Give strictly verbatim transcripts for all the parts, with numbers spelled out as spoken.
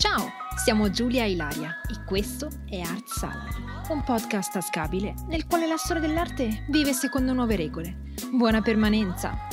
Ciao, siamo Giulia e Ilaria e questo è Art Salad, un podcast tascabile nel quale la storia dell'arte vive secondo nuove regole. Buona permanenza!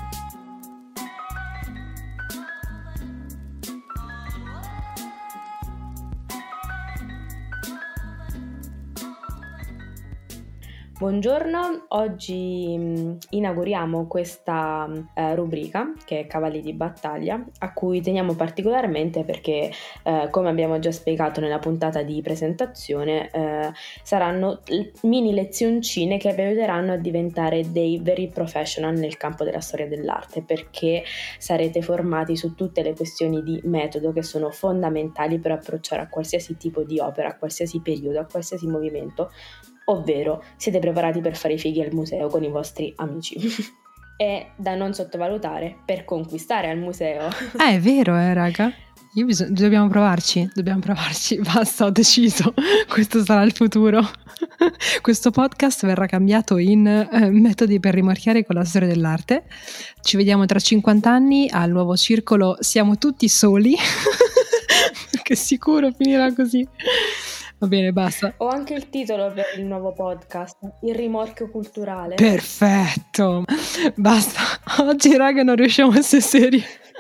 Buongiorno, oggi mh, inauguriamo questa eh, rubrica che è Cavalli di battaglia, a cui teniamo particolarmente perché, eh, come abbiamo già spiegato nella puntata di presentazione, eh, saranno l- mini lezioncine che vi aiuteranno a diventare dei veri professional nel campo della storia dell'arte, perché sarete formati su tutte le questioni di metodo che sono fondamentali per approcciare a qualsiasi tipo di opera, a qualsiasi periodo, a qualsiasi movimento. Ovvero, siete preparati per fare i fighi al museo con i vostri amici. È da non sottovalutare per conquistare al museo. Ah, è vero, eh, raga. Io bisog- dobbiamo provarci, dobbiamo provarci. Basta, ho deciso. Questo sarà il futuro. Questo podcast verrà cambiato in eh, metodi per rimorchiare con la storia dell'arte. Ci vediamo tra cinquanta anni al nuovo circolo Siamo tutti soli. Che sicuro finirà così. Va bene, basta. Ho anche il titolo per il nuovo podcast, Il rimorchio culturale. Perfetto. Basta. Oggi, raga, non riusciamo a essere seri.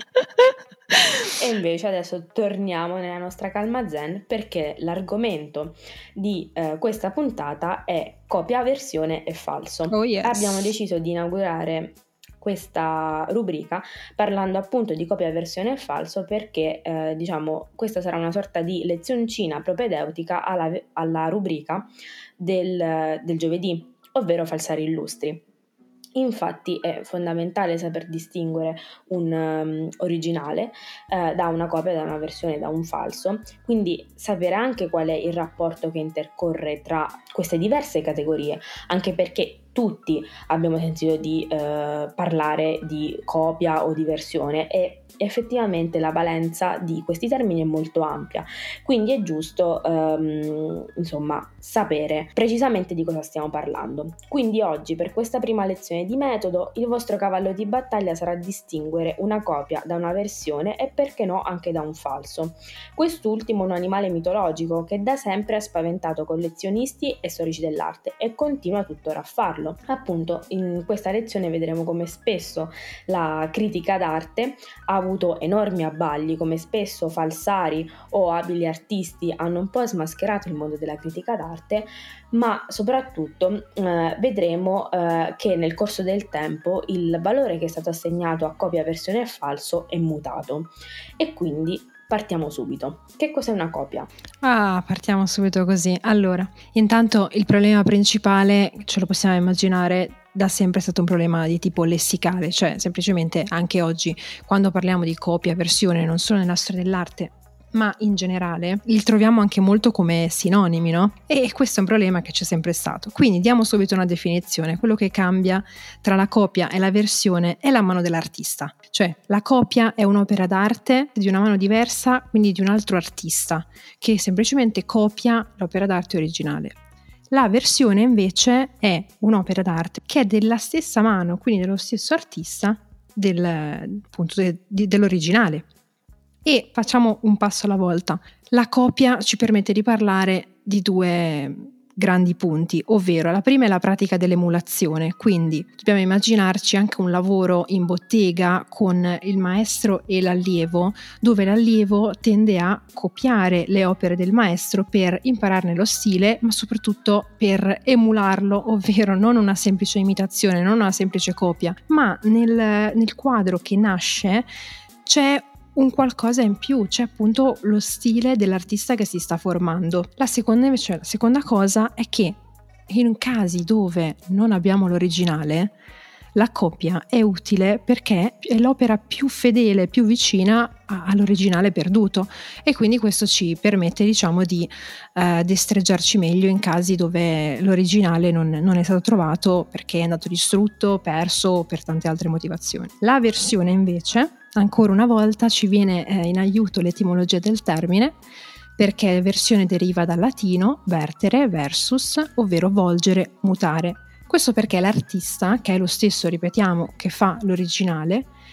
E invece adesso torniamo nella nostra calma zen, perché l'argomento di eh, questa puntata è copia, versione e falso. Oh yes. Abbiamo deciso di inaugurare questa rubrica parlando appunto di copia, versione e falso perché eh, diciamo questa sarà una sorta di lezioncina propedeutica alla, alla rubrica del, del giovedì, ovvero falsari illustri. Infatti è fondamentale saper distinguere un um, originale eh, da una copia, da una versione, da un falso, quindi sapere anche qual è il rapporto che intercorre tra queste diverse categorie, anche perché tutti abbiamo sentito di eh, parlare di copia o di versione e effettivamente la valenza di questi termini è molto ampia, quindi è giusto ehm, insomma sapere precisamente di cosa stiamo parlando. Quindi oggi, per questa prima lezione di metodo, il vostro cavallo di battaglia sarà distinguere una copia da una versione e, perché no, anche da un falso. Quest'ultimo è un animale mitologico che da sempre ha spaventato collezionisti e storici dell'arte e continua tuttora a farlo. Appunto, in questa lezione vedremo come spesso la critica d'arte ha avuto enormi abbagli, come spesso falsari o abili artisti hanno un po' smascherato il mondo della critica d'arte, ma soprattutto eh, vedremo eh, che nel corso del tempo il valore che è stato assegnato a copia, versione e falso è mutato. E quindi partiamo subito. Che cos'è una copia? Ah, partiamo subito così. Allora, intanto il problema principale, ce lo possiamo immaginare, da sempre è stato un problema di tipo lessicale, cioè semplicemente anche oggi quando parliamo di copia, versione, non solo nella storia dell'arte, ma in generale, li troviamo anche molto come sinonimi, no? E questo è un problema che c'è sempre stato. Quindi diamo subito una definizione. Quello che cambia tra la copia e la versione è la mano dell'artista. Cioè, la copia è un'opera d'arte di una mano diversa, quindi di un altro artista, che semplicemente copia l'opera d'arte originale. La versione invece è un'opera d'arte che è della stessa mano, quindi dello stesso artista del, appunto, de, de, dell'originale. E facciamo un passo alla volta. La copia ci permette di parlare di due grandi punti, ovvero la prima è la pratica dell'emulazione, quindi dobbiamo immaginarci anche un lavoro in bottega con il maestro e l'allievo, dove l'allievo tende a copiare le opere del maestro per impararne lo stile, ma soprattutto per emularlo, ovvero non una semplice imitazione, non una semplice copia, ma nel, nel quadro che nasce c'è un qualcosa in più, c'è appunto lo stile dell'artista che si sta formando. La seconda invece, la seconda cosa è che in casi dove non abbiamo l'originale, la copia è utile perché è l'opera più fedele, più vicina all'originale perduto, e quindi questo ci permette, diciamo, di eh, destreggiarci meglio in casi dove l'originale non, non è stato trovato perché è andato distrutto, perso o per tante altre motivazioni. La versione invece, ancora una volta, ci viene eh, in aiuto l'etimologia del termine, perché versione deriva dal latino vertere, versus, ovvero volgere, mutare. Questo perché l'artista, che è lo stesso, ripetiamo, che fa l'originale,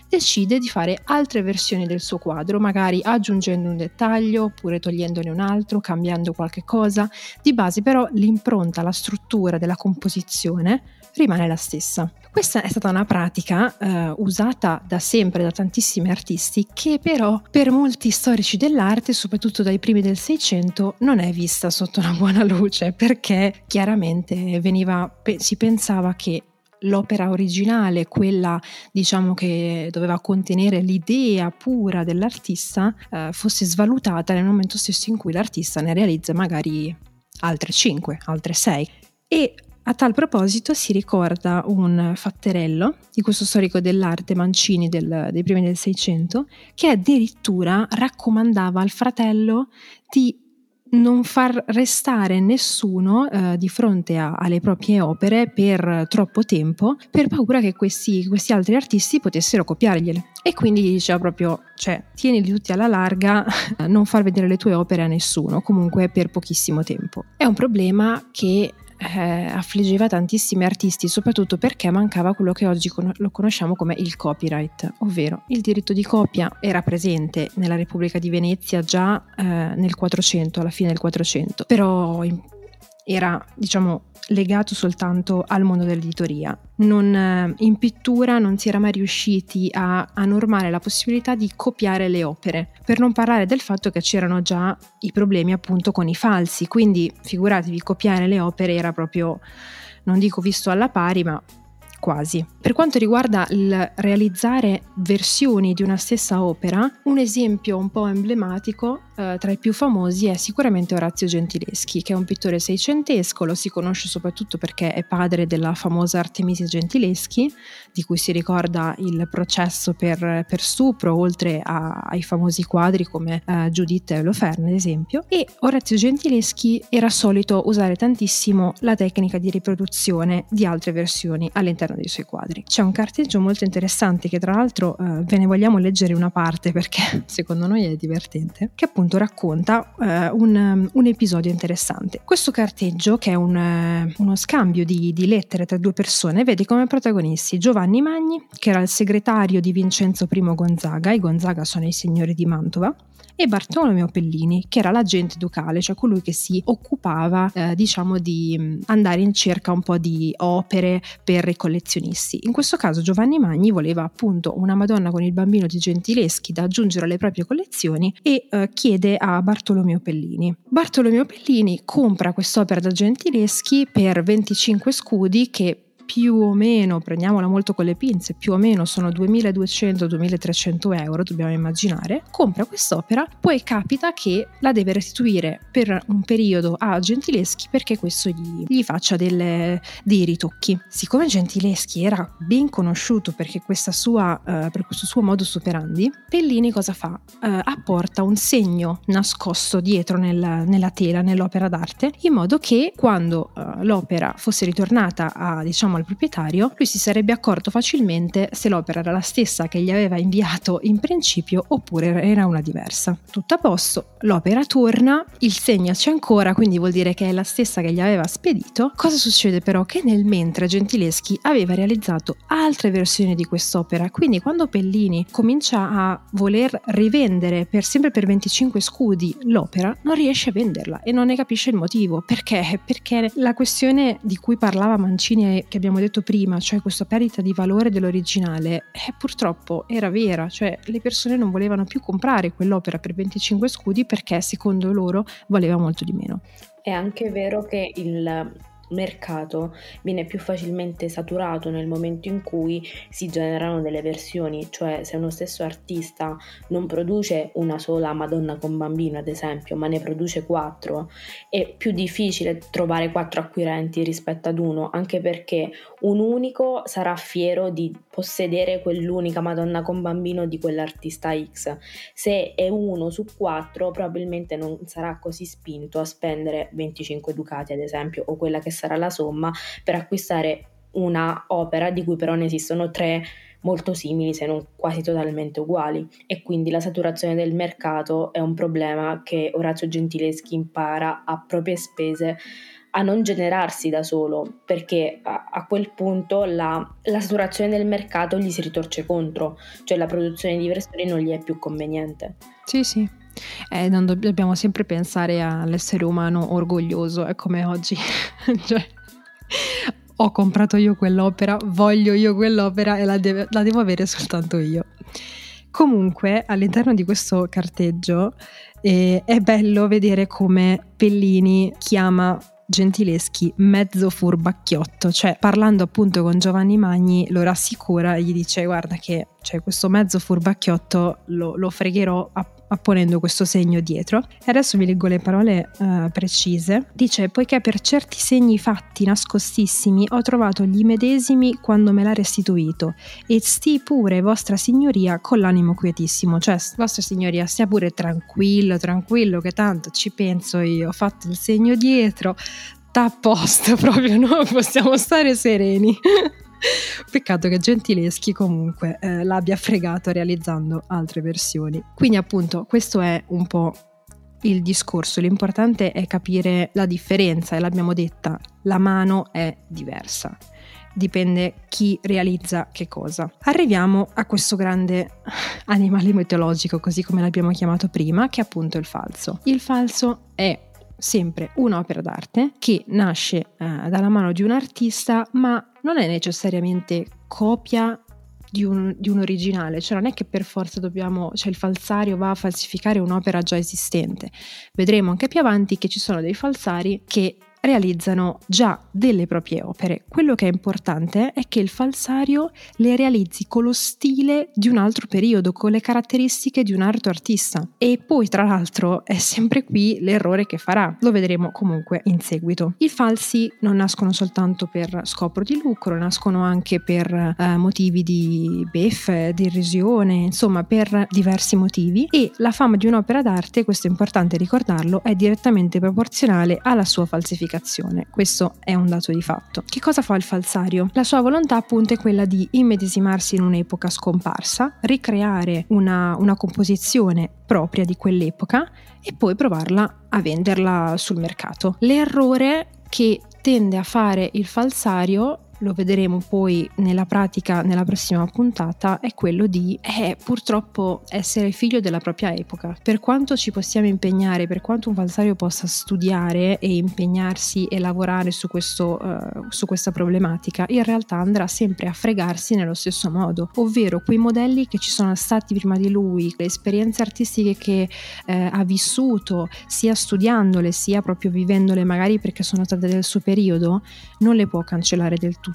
decide di fare altre versioni del suo quadro, magari aggiungendo un dettaglio oppure togliendone un altro, cambiando qualche cosa. Di base però l'impronta, la struttura della composizione rimane la stessa. Questa è stata una pratica eh, usata da sempre da tantissimi artisti, che però per molti storici dell'arte, soprattutto dai primi del Seicento, non è vista sotto una buona luce, perché chiaramente veniva, si pensava che l'opera originale, quella diciamo che doveva contenere l'idea pura dell'artista, eh, fosse svalutata nel momento stesso in cui l'artista ne realizza magari altre cinque, altre sei. E a tal proposito si ricorda un fatterello di questo storico dell'arte Mancini del, dei primi del Seicento, che addirittura raccomandava al fratello di non far restare nessuno eh, di fronte a, alle proprie opere per troppo tempo, per paura che questi, questi altri artisti potessero copiargliele. E quindi gli diceva proprio, cioè, tienili tutti alla larga, non far vedere le tue opere a nessuno, comunque per pochissimo tempo. È un problema che Eh, affliggeva tantissimi artisti, soprattutto perché mancava quello che oggi con- lo conosciamo come il copyright, ovvero il diritto di copia. Era presente nella Repubblica di Venezia già eh, nel quattrocento, alla fine del quattrocento, però in- era, diciamo, legato soltanto al mondo dell'editoria. Non, eh, in pittura non si era mai riusciti a, a normare la possibilità di copiare le opere, per non parlare del fatto che c'erano già i problemi appunto con i falsi, quindi figuratevi, copiare le opere era proprio, non dico visto alla pari, ma quasi. Per quanto riguarda il realizzare versioni di una stessa opera, un esempio un po' emblematico eh, tra i più famosi è sicuramente Orazio Gentileschi, che è un pittore seicentesco. Lo si conosce soprattutto perché è padre della famosa Artemisia Gentileschi, di cui si ricorda il processo per, per stupro, oltre a, ai famosi quadri come eh, Giuditta e Oloferne, ad esempio. E Orazio Gentileschi era solito usare tantissimo la tecnica di riproduzione di altre versioni all'interno dei suoi quadri. C'è un carteggio molto interessante che tra l'altro eh, ve ne vogliamo leggere una parte perché secondo noi è divertente, che appunto racconta eh, un, un episodio interessante. Questo carteggio, che è un, eh, uno scambio di, di lettere tra due persone, vede come protagonisti Giovanni Magni, che era il segretario di Vincenzo I Gonzaga, i Gonzaga sono i signori di Mantova, e Bartolomeo Pellini, che era l'agente ducale, cioè colui che si occupava eh, diciamo di andare in cerca un po' di opere per i collezionisti. In questo caso Giovanni Magni voleva appunto una Madonna con il bambino di Gentileschi da aggiungere alle proprie collezioni e eh, chiede a Bartolomeo Pellini. Bartolomeo Pellini compra quest'opera da Gentileschi per venticinque scudi, che più o meno, prendiamola molto con le pinze, più o meno sono duemiladuecento duemilatrecento euro, dobbiamo immaginare. Compra quest'opera, poi capita che la deve restituire per un periodo a Gentileschi perché questo gli, gli faccia delle, dei ritocchi. Siccome Gentileschi era ben conosciuto perché questa sua, uh, per questo suo modus operandi, Pellini cosa fa? Uh, apporta un segno nascosto dietro nel, nella tela, nell'opera d'arte, in modo che quando uh, l'opera fosse ritornata a, diciamo, al proprietario, lui si sarebbe accorto facilmente se l'opera era la stessa che gli aveva inviato in principio oppure era una diversa. Tutto a posto, l'opera torna, il segno c'è ancora, quindi vuol dire che è la stessa che gli aveva spedito. Cosa succede però? Che nel mentre Gentileschi aveva realizzato altre versioni di quest'opera, quindi quando Pellini comincia a voler rivendere per sempre per venticinque scudi l'opera, non riesce a venderla e non ne capisce il motivo. Perché? Perché la questione di cui parlava Mancini, che abbiamo detto prima, cioè questa perdita di valore dell'originale, eh, purtroppo era vera, cioè le persone non volevano più comprare quell'opera per venticinque scudi perché secondo loro valeva molto di meno. È anche vero che il mercato viene più facilmente saturato nel momento in cui si generano delle versioni, cioè se uno stesso artista non produce una sola Madonna con bambino ad esempio, ma ne produce quattro, è più difficile trovare quattro acquirenti rispetto ad uno, anche perché un unico sarà fiero di possedere quell'unica Madonna con bambino di quell'artista X. Se è uno su quattro probabilmente non sarà così spinto a spendere venticinque ducati ad esempio, o quella che sarà la somma, per acquistare una opera di cui però ne esistono tre molto simili se non quasi totalmente uguali, e quindi la saturazione del mercato è un problema che Orazio Gentileschi impara a proprie spese a non generarsi da solo, perché a, a quel punto la, la saturazione del mercato gli si ritorce contro, cioè la produzione di versori non gli è più conveniente. Sì, sì. Eh, non dobb- dobbiamo sempre pensare all'essere umano orgoglioso, è come oggi. Cioè, ho comprato io quell'opera, voglio io quell'opera e la, deve- la devo avere soltanto io. Comunque, all'interno di questo carteggio eh, è bello vedere come Bellini chiama Gentileschi mezzo furbacchiotto, cioè parlando appunto con Giovanni Magni lo rassicura e gli dice guarda che cioè, questo mezzo furbacchiotto lo, lo fregherò a apponendo questo segno dietro. E adesso vi leggo le parole uh, precise. Dice: poiché per certi segni fatti nascostissimi ho trovato gli medesimi quando me l'ha restituito, e sti pure vostra signoria con l'animo quietissimo. Cioè, vostra signoria stia pure tranquillo, tranquillo, che tanto ci penso io, ho fatto il segno dietro, sta a posto, proprio noi possiamo stare sereni. Peccato che Gentileschi comunque eh, l'abbia fregato realizzando altre versioni. Quindi appunto questo è un po' il discorso, l'importante è capire la differenza, e l'abbiamo detta, la mano è diversa, dipende chi realizza che cosa. Arriviamo a questo grande animale mitologico, così come l'abbiamo chiamato prima, che è appunto il falso. Il falso è sempre un'opera d'arte che nasce eh, dalla mano di un artista, ma non è necessariamente copia di un, di un originale, cioè non è che per forza dobbiamo, cioè il falsario va a falsificare un'opera già esistente. Vedremo anche più avanti che ci sono dei falsari che realizzano già delle proprie opere. Quello che è importante è che il falsario le realizzi con lo stile di un altro periodo, con le caratteristiche di un altro artista. E poi tra l'altro è sempre qui l'errore che farà, lo vedremo comunque in seguito. I falsi non nascono soltanto per scopo di lucro, nascono anche per eh, motivi di beffe, di irrisione, insomma per diversi motivi, e la fama di un'opera d'arte, questo è importante ricordarlo, è direttamente proporzionale alla sua falsificazione. Questo è un dato di fatto. Che cosa fa il falsario? La sua volontà appunto è quella di immedesimarsi in un'epoca scomparsa, ricreare una, una composizione propria di quell'epoca e poi provarla a venderla sul mercato. L'errore che tende a fare il falsario, lo vedremo poi nella pratica nella prossima puntata, è quello di eh, purtroppo essere figlio della propria epoca. Per quanto ci possiamo impegnare, per quanto un falsario possa studiare e impegnarsi e lavorare su, questo, uh, su questa problematica, in realtà andrà sempre a fregarsi nello stesso modo, ovvero quei modelli che ci sono stati prima di lui, le esperienze artistiche che eh, ha vissuto, sia studiandole sia proprio vivendole, magari perché sono state del suo periodo, non le può cancellare del tutto.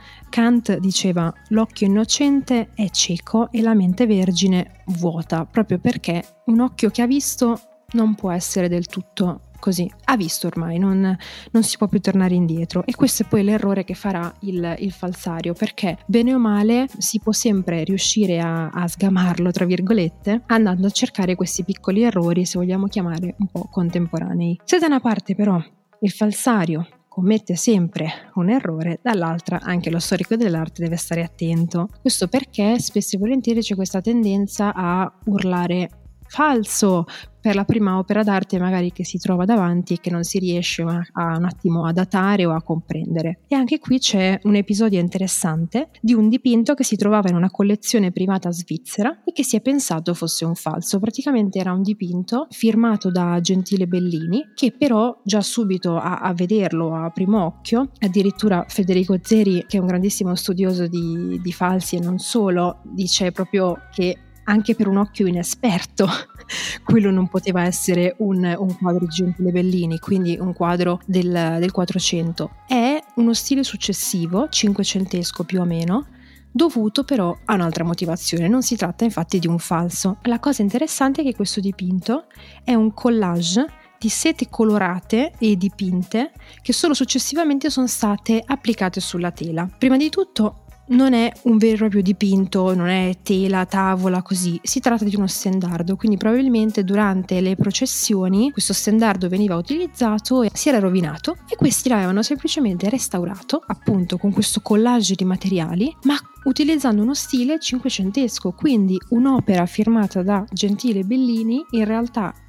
Kant diceva: l'occhio innocente è cieco e la mente vergine vuota, proprio perché un occhio che ha visto non può essere del tutto così, ha visto ormai, non, non si può più tornare indietro. E questo è poi l'errore che farà il, il falsario, perché bene o male si può sempre riuscire a, a sgamarlo, tra virgolette, andando a cercare questi piccoli errori, se vogliamo chiamare un po' contemporanei. Se da una parte però il falsario commette sempre un errore, dall'altra anche lo storico dell'arte deve stare attento. Questo perché spesso e volentieri c'è questa tendenza a urlare falso per la prima opera d'arte magari che si trova davanti e che non si riesce a, a un attimo a datare o a comprendere. E anche qui c'è un episodio interessante di un dipinto che si trovava in una collezione privata svizzera e che si è pensato fosse un falso. Praticamente era un dipinto firmato da Gentile Bellini, che però già subito a, a vederlo a primo occhio, addirittura Federico Zeri, che è un grandissimo studioso di, di falsi e non solo, dice proprio che anche per un occhio inesperto quello non poteva essere un, un quadro di Gentile Bellini, quindi un quadro del, del quattrocento. È uno stile successivo, cinquecentesco più o meno, dovuto però a un'altra motivazione. Non si tratta infatti di un falso. La cosa interessante è che questo dipinto è un collage di sete colorate e dipinte che solo successivamente sono state applicate sulla tela. Prima di tutto non è un vero e proprio dipinto, non è tela, tavola, così, si tratta di uno stendardo, quindi probabilmente durante le processioni questo stendardo veniva utilizzato e si era rovinato e questi l'avevano semplicemente restaurato, appunto con questo collage di materiali, ma utilizzando uno stile cinquecentesco, quindi un'opera firmata da Gentile Bellini in realtà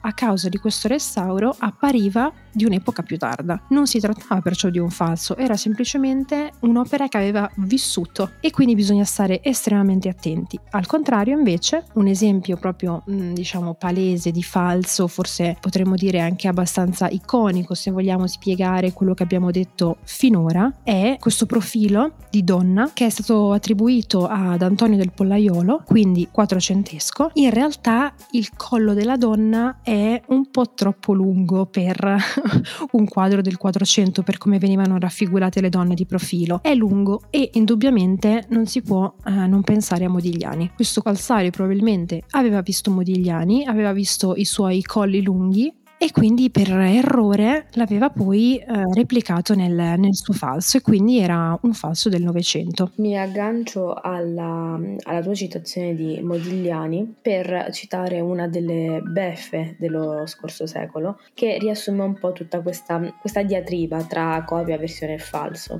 a causa di questo restauro appariva di un'epoca più tarda. Non si trattava perciò di un falso, era semplicemente un'opera che aveva vissuto e quindi bisogna stare estremamente attenti. Al contrario, invece, un esempio proprio mh, diciamo palese di falso, forse potremmo dire anche abbastanza iconico se vogliamo spiegare quello che abbiamo detto finora, è questo profilo di donna che è stato attribuito ad Antonio del Pollaiolo, quindi quattrocentesco. In realtà il collo della donna è un po' troppo lungo per un quadro del quattrocento, per come venivano raffigurate le donne di profilo. È lungo e indubbiamente non si può eh, non pensare a Modigliani. Questo falsario probabilmente aveva visto Modigliani, aveva visto i suoi colli lunghi e quindi per errore l'aveva poi eh, replicato nel, nel suo falso, e quindi era un falso del Novecento. Mi aggancio alla, alla tua citazione di Modigliani per citare una delle beffe dello scorso secolo, che riassume un po' tutta questa, questa diatriba tra copia, versione e falso.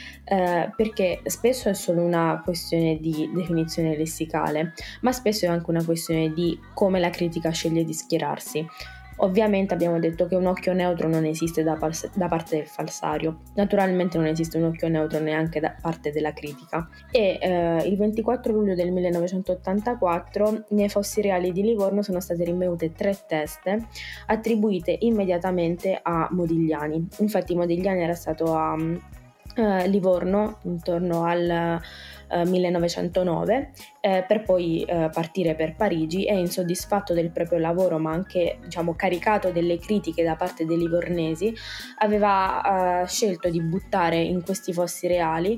Eh, perché spesso è solo una questione di definizione lessicale, ma spesso è anche una questione di come la critica sceglie di schierarsi. Ovviamente abbiamo detto che un occhio neutro non esiste da, par- da parte del falsario, naturalmente non esiste un occhio neutro neanche da parte della critica, e eh, il ventiquattro luglio del millenovecentottantaquattro nei Fossi Reali di Livorno sono state rinvenute tre teste attribuite immediatamente a Modigliani. Infatti Modigliani era stato a Uh, Livorno intorno al uh, millenovecentonove eh, per poi uh, partire per Parigi, e insoddisfatto del proprio lavoro ma anche diciamo caricato delle critiche da parte dei livornesi, aveva uh, scelto di buttare in questi Fossi Reali,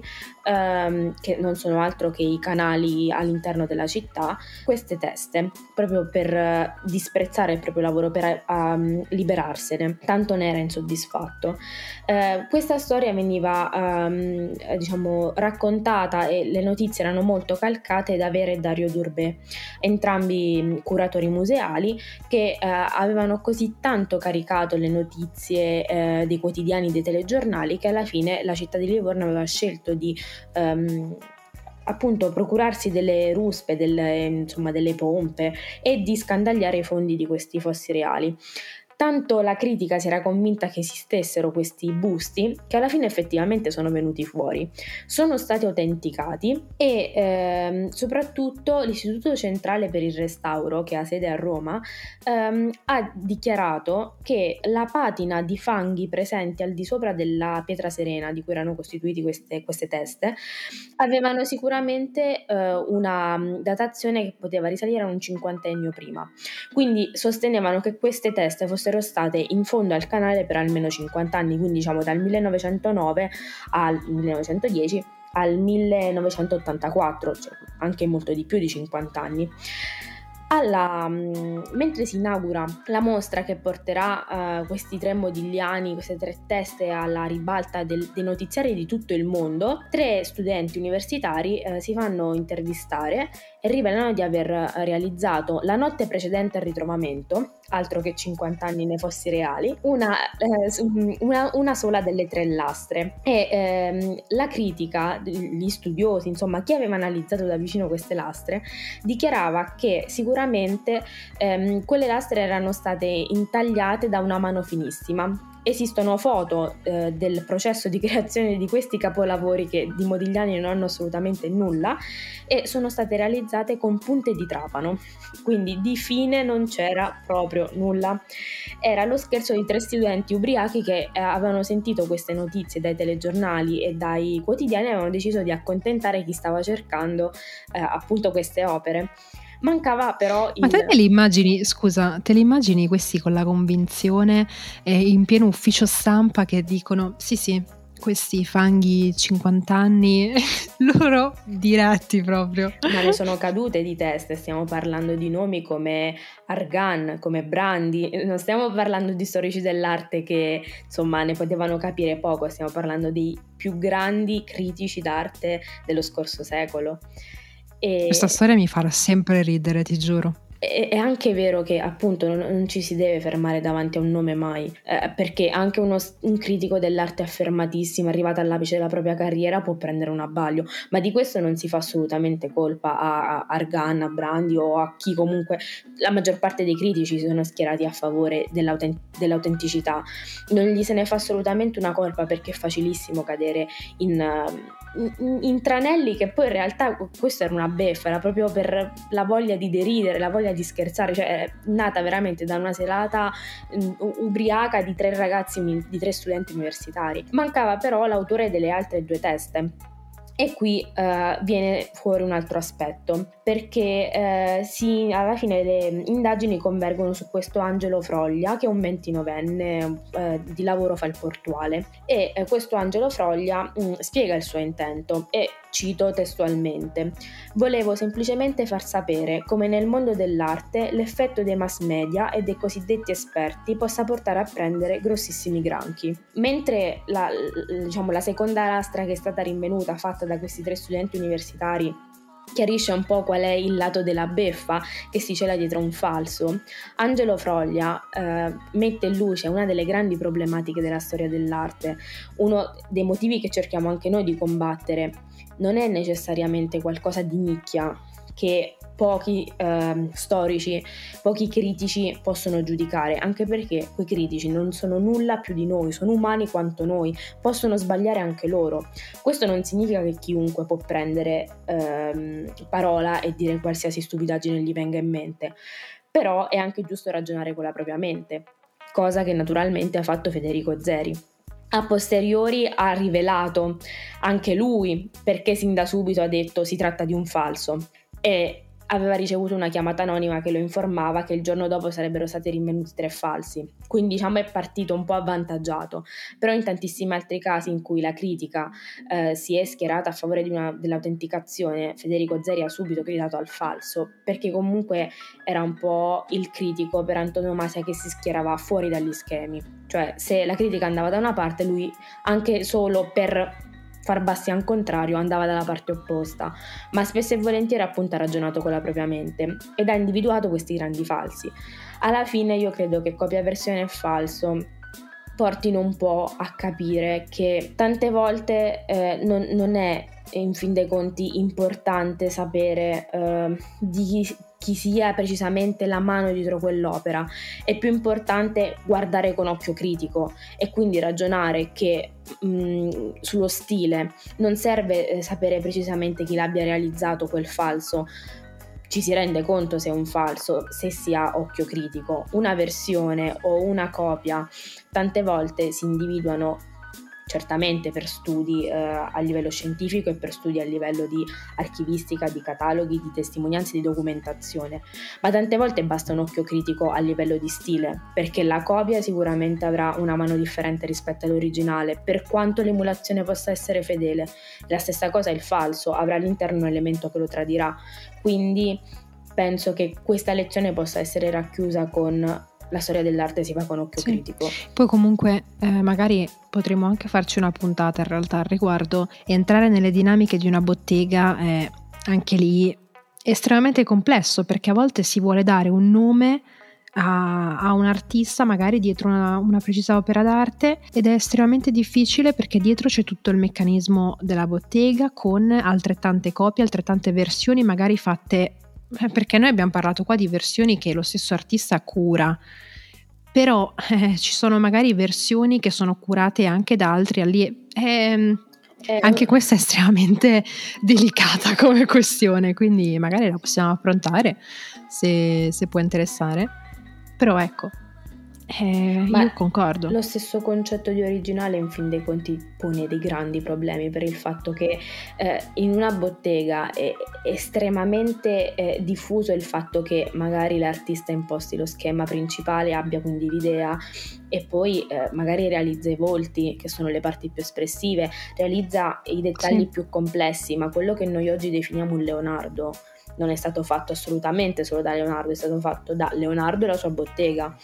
um, che non sono altro che i canali all'interno della città, queste teste proprio per uh, disprezzare il proprio lavoro, per uh, liberarsene, tanto ne era insoddisfatto. Uh, questa storia veniva um, diciamo raccontata, e le notizie erano molto calcate da Vera e Dario Durbé, entrambi curatori museali, che uh, avevano così tanto caricato le notizie uh, dei quotidiani, dei telegiornali, che alla fine la città di Livorno aveva scelto di um, appunto procurarsi delle ruspe, delle, insomma, delle pompe, e di scandagliare i fondi di questi Fossi Reali. Tanto la critica si era convinta che esistessero questi busti, che alla fine effettivamente sono venuti fuori, sono stati autenticati, e ehm, soprattutto l'Istituto Centrale per il Restauro, che ha sede a Roma, ehm, ha dichiarato che la patina di fanghi presenti al di sopra della pietra serena di cui erano costituiti queste, queste teste avevano sicuramente eh, una datazione che poteva risalire a un cinquantennio prima. Quindi sostenevano che queste teste fossero state in fondo al canale per almeno cinquanta anni, quindi diciamo dal millenovecentonove al millenovecentodieci al millenovecentottantaquattro, cioè anche molto di più di cinquanta anni. Alla, mentre si inaugura la mostra che porterà uh, questi tre Modigliani, queste tre teste alla ribalta del, dei notiziari di tutto il mondo, tre studenti universitari uh, si fanno intervistare e rivelano di aver realizzato la notte precedente al ritrovamento, altro che cinquanta anni nei Fossi Reali, una, eh, una, una sola delle tre lastre. E ehm, la critica, gli studiosi, insomma chi aveva analizzato da vicino queste lastre, dichiarava che sicuramente ehm, quelle lastre erano state intagliate da una mano finissima. Esistono foto eh, del processo di creazione di questi capolavori, che di Modigliani non hanno assolutamente nulla, e sono state realizzate con punte di trapano, quindi di fine non c'era proprio nulla. Era lo scherzo di tre studenti ubriachi che eh, avevano sentito queste notizie dai telegiornali e dai quotidiani e avevano deciso di accontentare chi stava cercando eh, appunto queste opere. Mancava però il... Ma te te li immagini, scusa, te li immagini questi con la convinzione eh, in pieno ufficio stampa che dicono sì sì, questi fanghi cinquanta anni, loro diretti proprio. Ma ne sono cadute di teste, stiamo parlando di nomi come Argan, come Brandi, non stiamo parlando di storici dell'arte che insomma ne potevano capire poco, stiamo parlando dei più grandi critici d'arte dello scorso secolo. E... Questa storia mi farà sempre ridere, ti giuro. È, è anche vero che appunto non, non ci si deve fermare davanti a un nome mai, eh, perché anche uno, un critico dell'arte affermatissimo, arrivato all'apice della propria carriera, può prendere un abbaglio, ma di questo non si fa assolutamente colpa a, a Argan, a Brandi o a chi comunque. La maggior parte dei critici si sono schierati a favore dell'autent- dell'autenticità, non gli se ne fa assolutamente una colpa, perché è facilissimo cadere in, in, in tranelli che poi in realtà questo era una beffa, era proprio per la voglia di deridere, la voglia di scherzare, cioè è nata veramente da una serata um, ubriaca di tre ragazzi, di tre studenti universitari. Mancava però l'autore delle altre due teste. E qui uh, viene fuori un altro aspetto, perché uh, si, alla fine le indagini convergono su questo Angelo Froglia, che è un ventinovenne uh, di lavoro fa il portuale, e uh, questo Angelo Froglia um, spiega il suo intento, e cito testualmente: volevo semplicemente far sapere come nel mondo dell'arte l'effetto dei mass media e dei cosiddetti esperti possa portare a prendere grossissimi granchi. Mentre la, diciamo, la seconda lastra che è stata rinvenuta, fatta da questi tre studenti universitari, chiarisce un po' qual è il lato della beffa che si cela dietro un falso, Angelo Froglia eh, mette in luce una delle grandi problematiche della storia dell'arte. Uno dei motivi che cerchiamo anche noi di combattere non è necessariamente qualcosa di nicchia che pochi eh, storici, pochi critici possono giudicare, anche perché quei critici non sono nulla più di noi, sono umani quanto noi, possono sbagliare anche loro. Questo non significa che chiunque può prendere ehm, parola e dire qualsiasi stupidaggine gli venga in mente, però è anche giusto ragionare con la propria mente, cosa che naturalmente ha fatto Federico Zeri. A posteriori ha rivelato anche lui, perché sin da subito ha detto si tratta di un falso, e aveva ricevuto una chiamata anonima che lo informava che il giorno dopo sarebbero stati rinvenuti tre falsi, quindi diciamo è partito un po' avvantaggiato. Però in tantissimi altri casi in cui la critica eh, si è schierata a favore di una, dell'autenticazione, Federico Zeri ha subito gridato al falso, perché comunque era un po' il critico per antonomasia che si schierava fuori dagli schemi, cioè se la critica andava da una parte, lui anche solo per far bastian contrario andava dalla parte opposta, ma spesso e volentieri appunto ha ragionato con la propria mente ed ha individuato questi grandi falsi. Alla fine io credo che copia, versione e falso portino un po' a capire che tante volte eh, non, non è in fin dei conti importante sapere eh, di chi, chi sia precisamente la mano dietro quell'opera, è più importante guardare con occhio critico e quindi ragionare che mh, sullo stile non serve eh, sapere precisamente chi l'abbia realizzato quel falso. Ci si rende conto se è un falso se si ha occhio critico. Una versione o una copia tante volte si individuano certamente per studi eh, a livello scientifico e per studi a livello di archivistica, di cataloghi, di testimonianze, di documentazione, ma tante volte basta un occhio critico a livello di stile, perché la copia sicuramente avrà una mano differente rispetto all'originale, per quanto l'emulazione possa essere fedele. La stessa cosa il falso, avrà all'interno un elemento che lo tradirà, quindi penso che questa lezione possa essere racchiusa con la storia dell'arte si fa con occhio sì. critico. Poi comunque eh, magari potremmo anche farci una puntata in realtà al riguardo, e entrare nelle dinamiche di una bottega è anche lì estremamente complesso, perché a volte si vuole dare un nome a, a un artista magari dietro una, una precisa opera d'arte, ed è estremamente difficile perché dietro c'è tutto il meccanismo della bottega con altrettante copie, altrettante versioni magari fatte, perché noi abbiamo parlato qua di versioni che lo stesso artista cura, però eh, ci sono magari versioni che sono curate anche da altri allievi. Eh, eh, anche questa è estremamente delicata come questione, quindi magari la possiamo affrontare se, se può interessare, però ecco, eh, io concordo. Lo stesso concetto di originale in fin dei conti pone dei grandi problemi, per il fatto che eh, in una bottega è estremamente eh, diffuso il fatto che magari l'artista imposti lo schema principale, abbia quindi l'idea e poi eh, magari realizza i volti, che sono le parti più espressive, realizza i dettagli sì. più complessi, ma quello che noi oggi definiamo un Leonardo non è stato fatto assolutamente solo da Leonardo, è stato fatto da Leonardo e la sua bottega.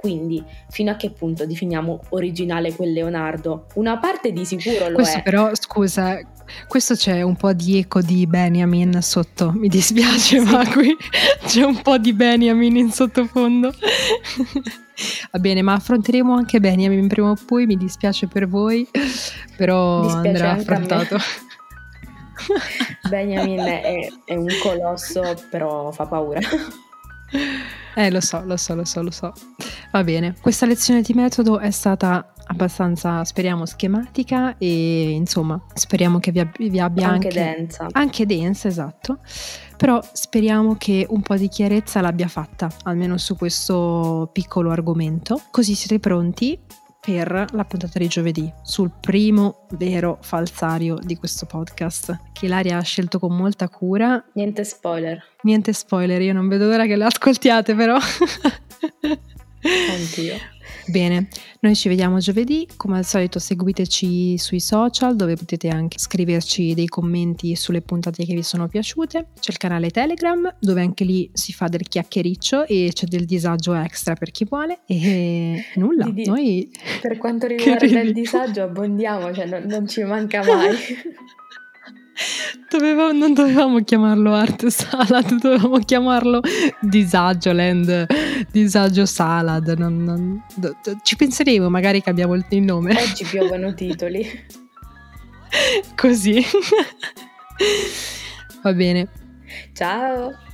Quindi fino a che punto definiamo originale quel Leonardo? Una parte di sicuro lo Questo è. però, scusa, questo c'è un po' di eco di Benjamin sotto, mi dispiace, Sì. ma qui c'è un po' di Benjamin in sottofondo. Va bene, ma affronteremo anche Benjamin prima o poi, mi dispiace per voi, però Dispiace andrà anche a me. affrontato. Benjamin è, è un colosso, però fa paura. Eh, lo so, lo so, lo so, lo so. Va bene, questa lezione di metodo è stata abbastanza, speriamo, schematica e insomma, speriamo che vi, ab- vi abbia Anche anche... densa. Anche densa, esatto. Però speriamo che un po' di chiarezza l'abbia fatta, almeno su questo piccolo argomento. Così siete pronti per la puntata di giovedì, sul primo vero falsario di questo podcast, che Ilaria ha scelto con molta cura. Niente spoiler. Niente spoiler, io non vedo l'ora che la ascoltiate però. Anch'io. Bene, noi ci vediamo giovedì, come al solito seguiteci sui social dove potete anche scriverci dei commenti sulle puntate che vi sono piaciute. C'è il canale Telegram dove anche lì si fa del chiacchiericcio e c'è del disagio extra per chi vuole e nulla, Di- noi... Per quanto riguarda ridi? il disagio abbondiamo, cioè non, non ci manca mai. Dovevamo, non dovevamo chiamarlo Art Salad, dovevamo chiamarlo Disagio Land, Disagio Salad. Non, non, do, do, ci penseremo, magari cambiamo il, il nome. Oggi piovono titoli. Così. Va bene. Ciao.